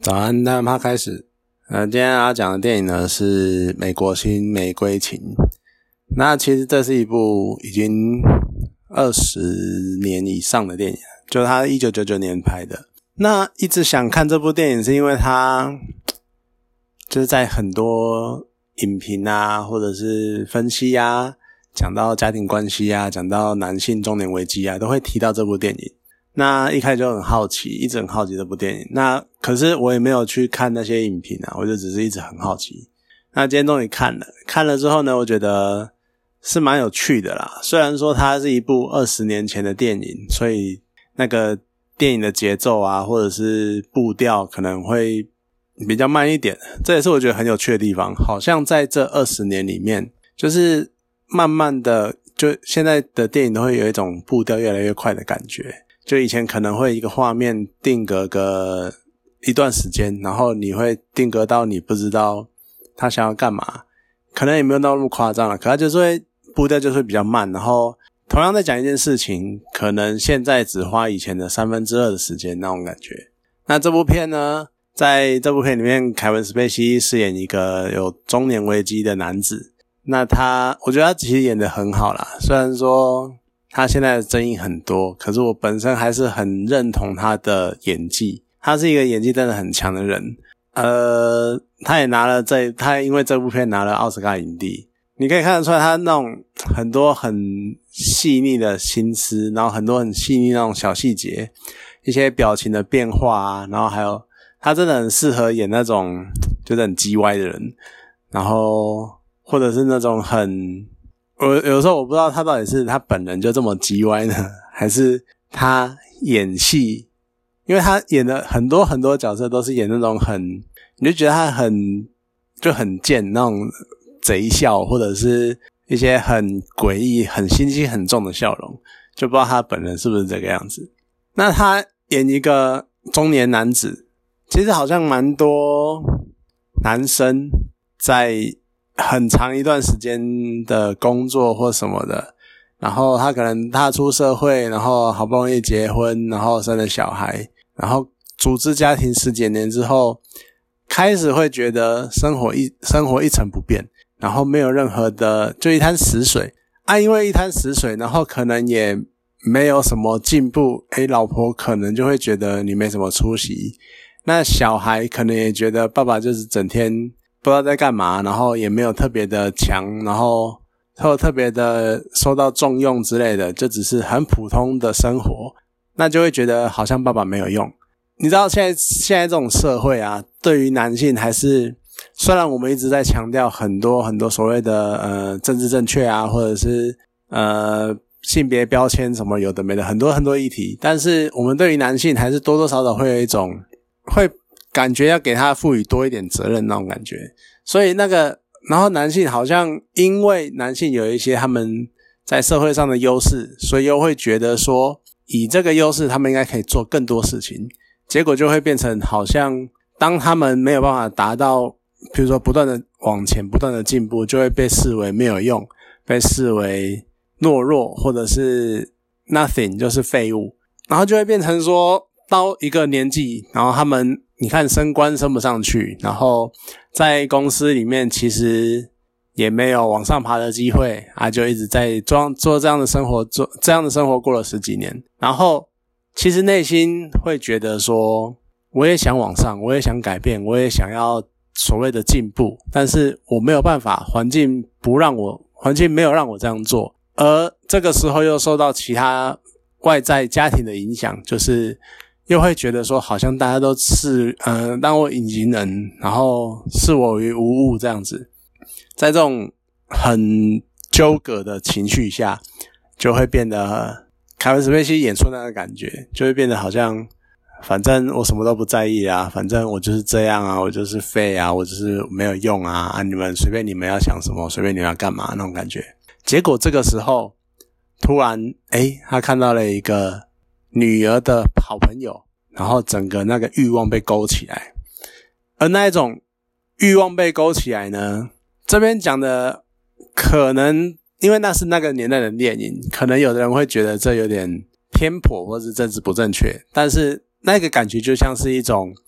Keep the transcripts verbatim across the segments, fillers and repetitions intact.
早安，那么开始。呃，今天要讲的电影呢是《美国新玫瑰情》。那其实这是一部已经二十年以上的电影，就是它一九九九年拍的。那一直想看这部电影是因为它就是在很多影评啊或者是分析啊，讲到家庭关系啊，讲到男性中年危机啊，都会提到这部电影。那一开始就很好奇，一直很好奇这部电影。那可是我也没有去看那些影评啊，我就只是一直很好奇。那今天终于看了，看了之后呢，我觉得是蛮有趣的啦。虽然说它是一部二十年前的电影，所以那个电影的节奏啊，或者是步调可能会比较慢一点，这也是我觉得很有趣的地方。好像在这二十年里面，就是慢慢的，就现在的电影都会有一种步调越来越快的感觉。就以前可能会一个画面定格个一段时间，然后你会定格到你不知道他想要干嘛，可能也没有那么夸张了，可他就是会步调就是会比较慢，然后同样在讲一件事情，可能现在只花以前的三分之二的时间那种感觉。那这部片呢，在这部片里面，凯文·史贝西饰演一个有中年危机的男子。那他我觉得他其实演得很好啦，虽然说他现在的争议很多，可是我本身还是很认同他的演技。他是一个演技真的很强的人。呃，他也拿了这，他因为这部片拿了奥斯卡影帝。你可以看得出来他那种很多很细腻的心思，然后很多很细腻那种小细节，一些表情的变化啊，然后还有他真的很适合演那种就是很叽歪的人，然后或者是那种很我有时候我不知道他到底是他本人就这么叽歪呢，还是他演戏，因为他演的很多很多角色都是演那种很，你就觉得他很就很贱那种贼笑，或者是一些很诡异很心机很重的笑容，就不知道他本人是不是这个样子。那他演一个中年男子，其实好像蛮多男生在很长一段时间的工作或什么的，然后他可能踏出社会，然后好不容易结婚，然后生了小孩，然后组织家庭十几年之后，开始会觉得生活一生活一成不变，然后没有任何的，就一滩死水啊，因为一滩死水，然后可能也没有什么进步，诶，老婆可能就会觉得你没什么出息，那小孩可能也觉得爸爸就是整天不知道在干嘛，然后也没有特别的强，然后或特别的受到重用之类的，就只是很普通的生活，那就会觉得好像爸爸没有用。你知道现在现在这种社会啊，对于男性还是，虽然我们一直在强调很多很多所谓的呃政治正确啊，或者是呃性别标签什么有的没的，很多很多议题，但是我们对于男性还是多多少少会有一种会感觉要给他赋予多一点责任那种感觉。所以那个然后男性好像因为男性有一些他们在社会上的优势，所以又会觉得说以这个优势他们应该可以做更多事情，结果就会变成好像当他们没有办法达到比如说不断的往前不断的进步，就会被视为没有用，被视为懦弱，或者是 nothing 就是废物，然后就会变成说到一个年纪，然后他们你看升官升不上去，然后在公司里面其实也没有往上爬的机会啊，就一直在做做这样的生活，做这样的生活过了十几年，然后其实内心会觉得说我也想往上，我也想改变，我也想要所谓的进步，但是我没有办法，环境不让我，环境没有让我这样做，而这个时候又受到其他外在家庭的影响，就是又会觉得说好像大家都是呃当我隐形人，然后视我于无物这样子。在这种很纠葛的情绪下，就会变得凯文·史贝西演出那个感觉，就会变得好像反正我什么都不在意啊，反正我就是这样啊，我就是废啊，我就是没有用啊，啊你们随便你们要想什么，随便你们要干嘛那种感觉。结果这个时候突然诶他看到了一个女儿的好朋友，然后整个那个欲望被勾起来。而那一种欲望被勾起来呢，这边讲的可能因为那是那个年代的电影，可能有的人会觉得这有点偏颇或是政治不正确，但是那个感觉就像是一种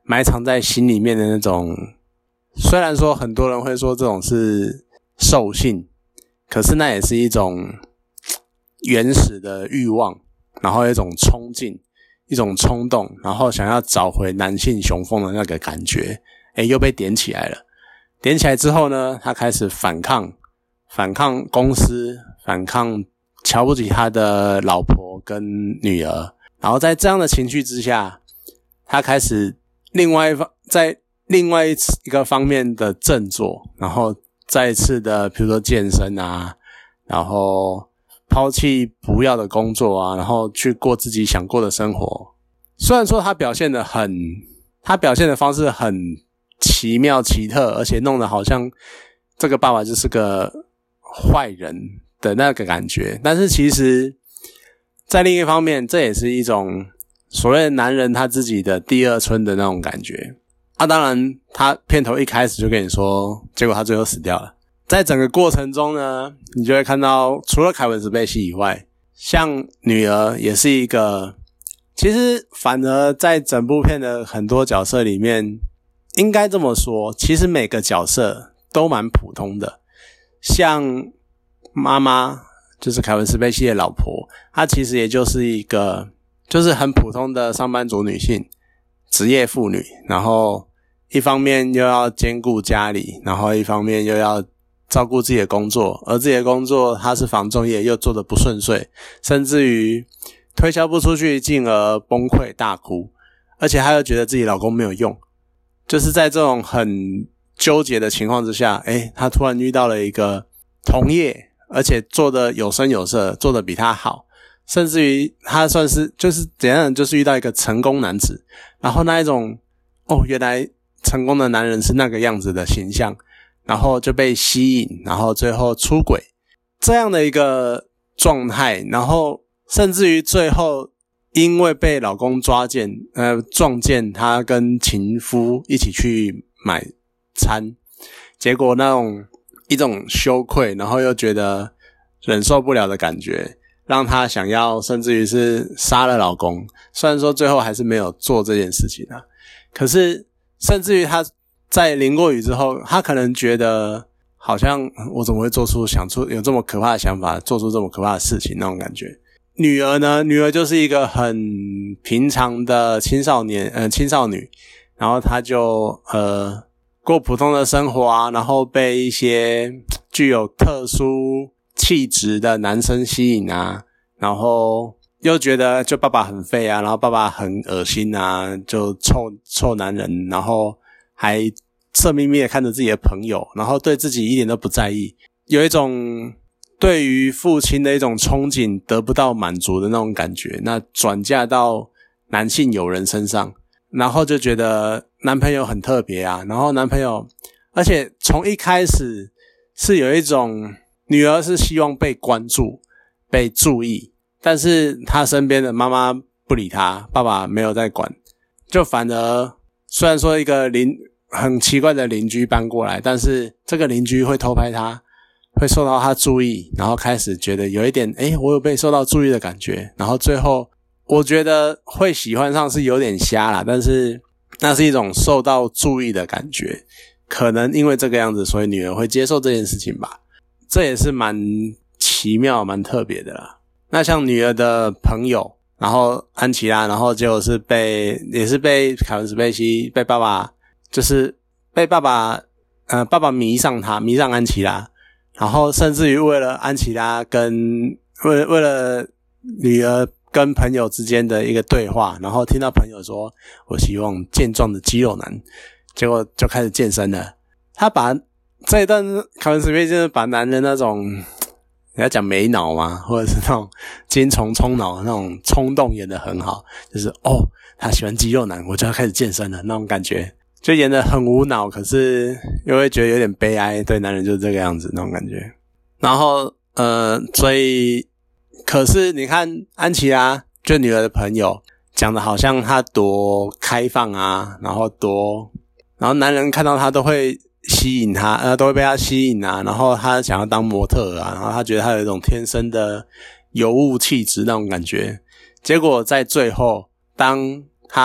埋藏在心里面的那种，虽然说很多人会说这种是兽性，可是那也是一种原始的欲望，然后一种冲劲，一种冲动，然后想要找回男性雄风的那个感觉，诶，又被点起来了。点起来之后呢，他开始反抗，反抗公司，反抗瞧不起他的老婆跟女儿。然后在这样的情绪之下，他开始另外一方在另外一个方面的振作，然后再一次的比如说健身啊，然后抛弃不要的工作啊，然后去过自己想过的生活。虽然说他表现得很他表现的方式很奇妙奇特，而且弄得好像这个爸爸就是个坏人的那个感觉，但是其实在另一方面，这也是一种所谓的男人他自己的第二春的那种感觉啊。当然他片头一开始就跟你说，结果他最后死掉了。在整个过程中呢，你就会看到除了凯文史贝西以外，像女儿也是一个，其实反而在整部片的很多角色里面，应该这么说，其实每个角色都蛮普通的。像妈妈就是凯文史贝西的老婆，她其实也就是一个就是很普通的上班族女性，职业妇女，然后一方面又要兼顾家里，然后一方面又要照顾自己的工作，而自己的工作她是房仲业，又做得不顺遂，甚至于推销不出去，进而崩溃大哭，而且她又觉得自己老公没有用。就是在这种很纠结的情况之下，诶，她突然遇到了一个同业，而且做得有声有色，做得比她好，甚至于她算是就是怎样，就是遇到一个成功男子，然后那一种哦，原来成功的男人是那个样子的形象，然后就被吸引，然后最后出轨这样的一个状态，然后甚至于最后因为被老公抓见呃撞见她跟情夫一起去买餐，结果那种一种羞愧，然后又觉得忍受不了的感觉，让她想要甚至于是杀了老公。虽然说最后还是没有做这件事情啊，可是甚至于她在淋过雨之后，她可能觉得好像我怎么会做出想出有这么可怕的想法，做出这么可怕的事情那种感觉。女儿呢，女儿就是一个很平常的青少年呃青少女，然后她就呃过普通的生活啊，然后被一些具有特殊气质的男生吸引啊，然后又觉得就爸爸很废啊，然后爸爸很恶心啊，就臭臭男人，然后还色眯眯的看着自己的朋友，然后对自己一点都不在意，有一种对于父亲的一种憧憬得不到满足的那种感觉，那转嫁到男性友人身上，然后就觉得男朋友很特别啊，然后男朋友而且从一开始是有一种女儿是希望被关注被注意，但是她身边的妈妈不理她，爸爸没有在管，就反而虽然说一个邻很奇怪的邻居搬过来，但是这个邻居会偷拍她，会受到她注意，然后开始觉得有一点诶我有被受到注意的感觉，然后最后我觉得会喜欢上是有点瞎啦，但是那是一种受到注意的感觉，可能因为这个样子，所以女儿会接受这件事情吧，这也是蛮奇妙蛮特别的啦。那像女儿的朋友，然后安琪拉，然后结果是被也是被凯文史贝西被爸爸就是被爸爸呃爸爸迷上他，迷上安琪拉，然后甚至于为了安琪拉跟为了为了女儿跟朋友之间的一个对话，然后听到朋友说我希望健壮的肌肉男，结果就开始健身了。他把这一段凯文史贝西就是把男人那种人家讲没脑嘛，或者是那种精虫充脑那种冲动演得很好，就是哦他喜欢肌肉男，我就要开始健身了那种感觉，就演得很无脑，可是又会觉得有点悲哀，对男人就是这个样子那种感觉。然后呃所以可是你看安琪拉就女儿的朋友讲的好像她多开放啊，然后多然后男人看到她都会吸引她呃，都会被她吸引啊，然后她想要当模特啊，然后她觉得她有一种天生的尤物气质那种感觉。结果在最后当她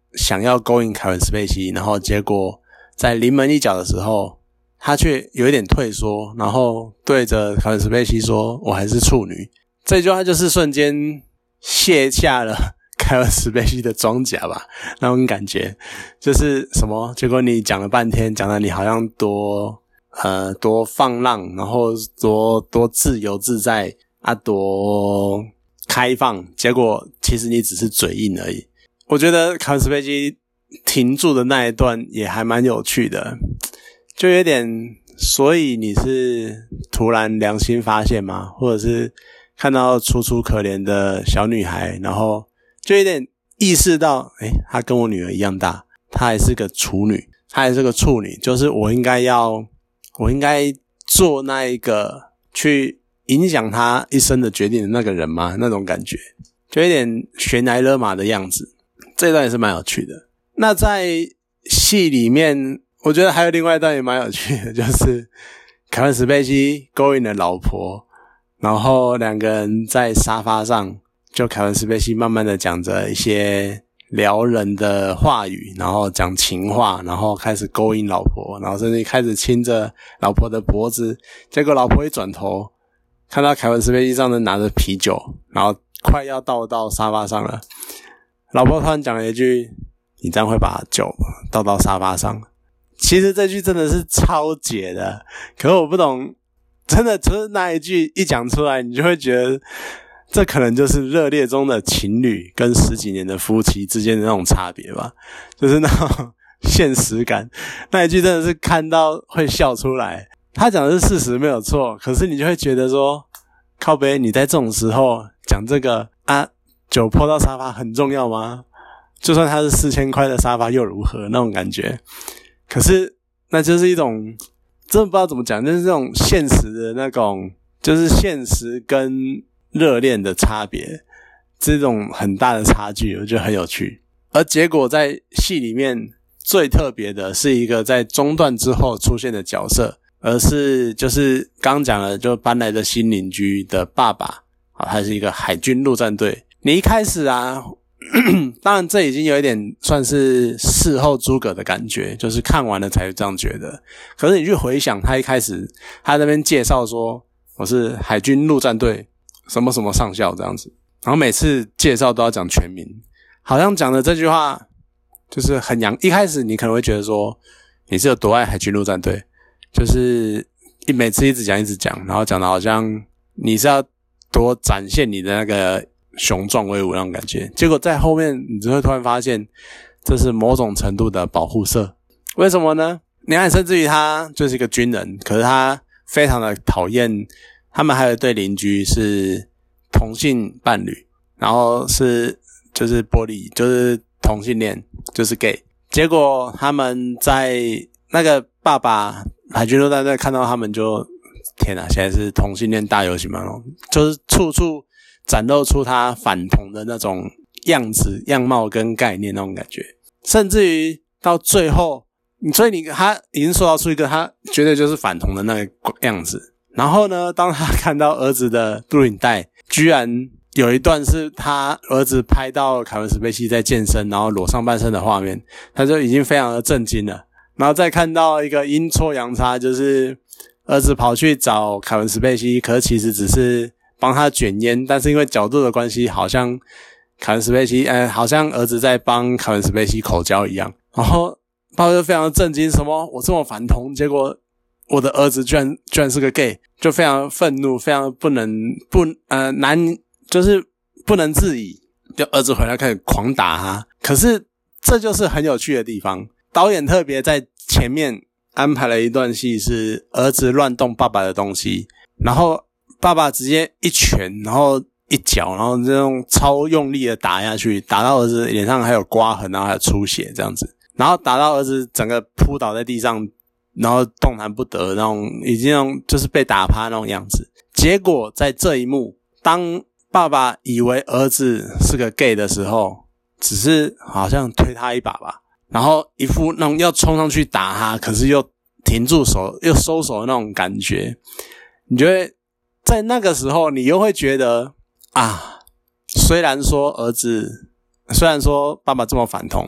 想要勾引凯文史贝西，然后结果在临门一脚的时候，他却有一点退缩，然后对着凯文史贝西说我还是处女。这句话就是瞬间卸下了凯文史贝西的装甲吧，那种感觉就是什么，结果你讲了半天，讲的你好像多呃多放浪，然后多多自由自在啊，多开放，结果其实你只是嘴硬而已。我觉得凯文史贝西停住的那一段也还蛮有趣的，就有点，所以你是突然良心发现吗？或者是看到楚楚可怜的小女孩，然后就有点意识到，诶，她跟我女儿一样大，她还是个处女，她还是个处女，就是我应该要，我应该做那一个去影响她一生的决定的那个人吗？那种感觉，就有点悬崖勒马的样子。这一段也是蛮有趣的。那在戏里面，我觉得还有另外一段也蛮有趣的，就是凯文史贝西勾引了老婆，然后两个人在沙发上，就凯文史贝西慢慢的讲着一些撩人的话语，然后讲情话，然后开始勾引老婆，然后甚至开始亲着老婆的脖子，结果老婆一转头看到凯文史贝西上面拿着啤酒，然后快要倒到沙发上了，老婆突然讲了一句，你这样会把酒倒到沙发上。其实这句真的是超解的，可是我不懂，真的就是那一句一讲出来，你就会觉得这可能就是热恋中的情侣跟十几年的夫妻之间的那种差别吧，就是那种现实感。那一句真的是看到会笑出来，他讲的是事实没有错，可是你就会觉得说，靠北，你在这种时候讲这个啊，酒泼到沙发很重要吗？就算它是四千块的沙发又如何，那种感觉。可是那就是一种真的不知道怎么讲，就是这种现实的那种，就是现实跟热恋的差别，这种很大的差距，我觉得很有趣。而结果在戏里面最特别的是一个在中段之后出现的角色，而是就是刚刚讲了，就搬来的新邻居的爸爸，他是一个海军陆战队。你一开始啊当然这已经有一点算是事后诸葛的感觉，就是看完了才会这样觉得。可是你去回想他一开始他在那边介绍说我是海军陆战队什么什么上校这样子，然后每次介绍都要讲全名，好像讲的这句话就是很洋，一开始你可能会觉得说你是有多爱海军陆战队，就是一每次一直讲一直讲，然后讲的好像你是要多展现你的那个雄壮威武那种感觉，结果在后面你就会突然发现这是某种程度的保护色。为什么呢？你看甚至于他就是一个军人，可是他非常的讨厌，他们还有一对邻居是同性伴侣，然后是就是玻璃就是同性恋就是 gay， 结果他们在那个爸爸海军陆战队看到他们就天啊，现在是同性恋大游行嘛，就是处处展露出他反同的那种样子、样貌跟概念那种感觉，甚至于到最后，所以你他已经塑造出一个他绝对就是反同的那个样子。然后呢，当他看到儿子的录影带，居然有一段是他儿子拍到凯文史贝西在健身，然后裸上半身的画面，他就已经非常的震惊了。然后再看到一个阴错阳差，就是儿子跑去找凯文史贝西，可是其实只是帮他卷烟，但是因为角度的关系，好像凯文史贝西，呃，好像儿子在帮凯文史贝西口交一样。然后爸爸就非常的震惊，什么我这么反同，结果我的儿子居然居然是个 gay， 就非常愤怒，非常不能不呃难，就是不能自已。就儿子回来开始狂打他，可是这就是很有趣的地方。导演特别在前面安排了一段戏，是儿子乱动爸爸的东西，然后爸爸直接一拳，然后一脚，然后这种超用力的打下去，打到儿子脸上还有刮痕，然后还有出血这样子，然后打到儿子整个扑倒在地上，然后动弹不得，那种已经那种就是被打趴那种样子。结果在这一幕，当爸爸以为儿子是个 gay 的时候，只是好像推他一把吧，然后一副那种要冲上去打他，可是又停住手又收手的那种感觉，你就会在那个时候你又会觉得啊，虽然说儿子虽然说爸爸这么反同，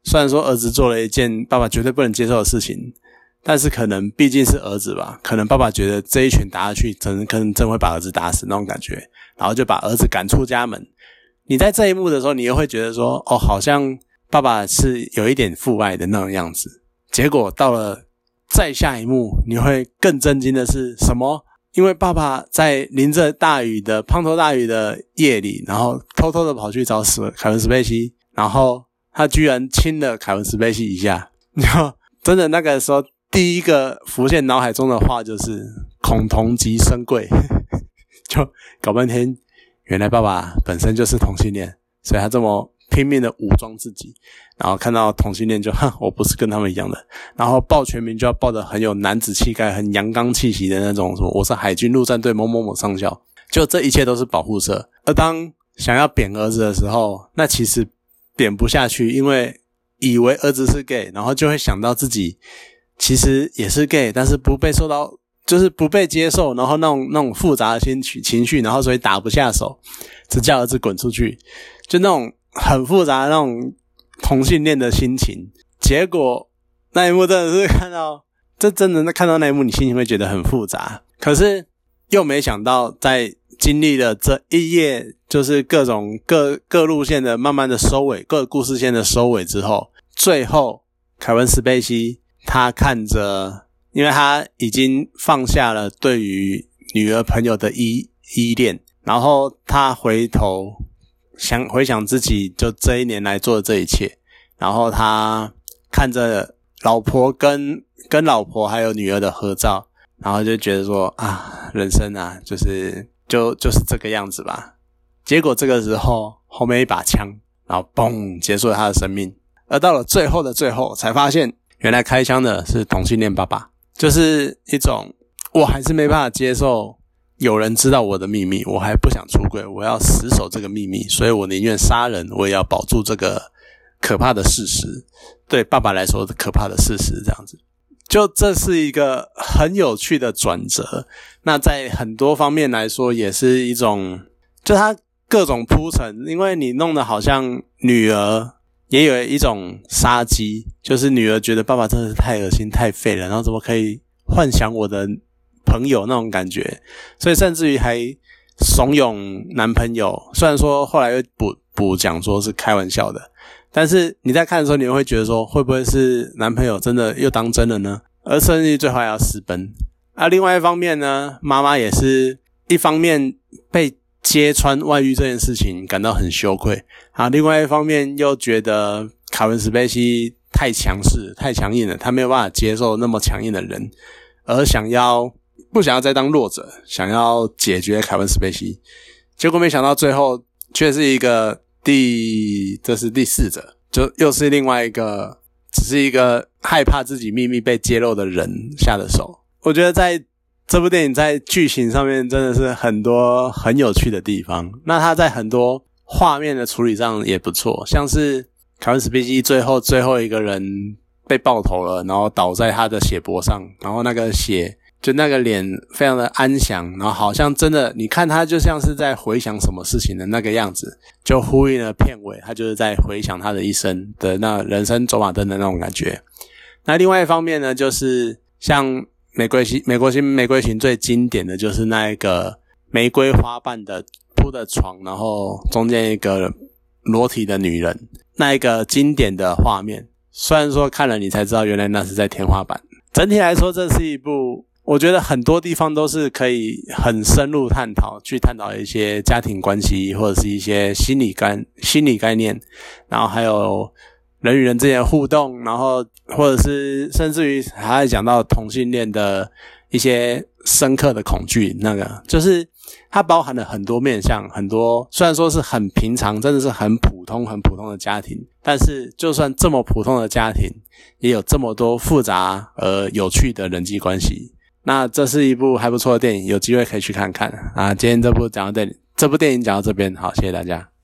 虽然说儿子做了一件爸爸绝对不能接受的事情，但是可能毕竟是儿子吧，可能爸爸觉得这一拳打下去可能可能真会把儿子打死那种感觉，然后就把儿子赶出家门。你在这一幕的时候，你又会觉得说，哦，好像爸爸是有一点父爱的那种样子。结果到了再下一幕，你会更震惊的是什么？因为爸爸在淋着大雨的滂沱大雨的夜里，然后偷偷的跑去找史凯文·史贝西，然后他居然亲了凯文·史贝西一下。然后真的那个时候第一个浮现脑海中的话就是恐同即生贵就搞半天原来爸爸本身就是同性恋，所以他这么拼命的武装自己，然后看到同性恋就哼，我不是跟他们一样的，然后报全名就要报得很有男子气概很阳刚气息的那种，什么我是海军陆战队某某某上校，就这一切都是保护色。而当想要扁儿子的时候，那其实扁不下去，因为以为儿子是 gay， 然后就会想到自己其实也是 gay， 但是不被受到就是不被接受，然后那种那种复杂的心情绪，然后所以打不下手，只叫儿子滚出去，就那种很复杂的那种同性恋的心情。结果那一幕真的是看到，这真的看到那一幕你心情会觉得很复杂，可是又没想到在经历了这一夜就是各种各各路线的慢慢的收尾，各故事线的收尾之后，最后凯文·史贝西他看着，因为他已经放下了对于女儿朋友的依依恋，然后他回头想回想自己就这一年来做的这一切，然后他看着老婆跟跟老婆还有女儿的合照，然后就觉得说啊，人生啊就是就就是这个样子吧。结果这个时候后面一把枪，然后嘣结束了他的生命。而到了最后的最后才发现，原来开枪的是同性恋爸爸，就是一种我还是没办法接受有人知道我的秘密，我还不想出柜，我要死守这个秘密，所以我宁愿杀人，我也要保住这个可怕的事实，对爸爸来说的可怕的事实，这样子。就这是一个很有趣的转折，那在很多方面来说也是一种，就他各种铺陈，因为你弄得好像女儿也有一种杀机，就是女儿觉得爸爸真的是太恶心太废了，然后怎么可以幻想我的朋友那种感觉，所以甚至于还怂恿男朋友，虽然说后来又补补讲说是开玩笑的，但是你在看的时候你会觉得说会不会是男朋友真的又当真了呢？而甚至于最后还要私奔。啊，另外一方面呢，妈妈也是一方面被揭穿外遇这件事情感到很羞愧，啊，另外一方面又觉得凯文·史贝西太强势太强硬了，他没有办法接受那么强硬的人，而想要不想要再当弱者，想要解决凯文·史贝西，结果没想到最后却是一个第这是第四者，就又是另外一个只是一个害怕自己秘密被揭露的人下的手。我觉得在这部电影在剧情上面真的是很多很有趣的地方，那他在很多画面的处理上也不错，像是凯文·史贝西最后最后一个人被爆头了，然后倒在他的血泊上，然后那个血就那个脸非常的安详，然后好像真的你看他就像是在回想什么事情的那个样子，就呼应了片尾他就是在回想他的一生的那人生走马灯的那种感觉。那另外一方面呢，就是像玫瑰星美国星玫瑰情最经典的就是那一个玫瑰花瓣的铺的床，然后中间一个裸体的女人，那一个经典的画面，虽然说看了你才知道原来那是在天花板。整体来说这是一部我觉得很多地方都是可以很深入探讨，去探讨一些家庭关系或者是一些心理概心理概念，然后还有人与人之间的互动，然后或者是甚至于还会讲到同性恋的一些深刻的恐惧，那个就是它包含了很多面向，很多虽然说是很平常真的是很普通很普通的家庭，但是就算这么普通的家庭也有这么多复杂而有趣的人际关系。那这是一部还不错的电影，有机会可以去看看啊。今天这部讲到这里，这部电影讲到这边，好，谢谢大家。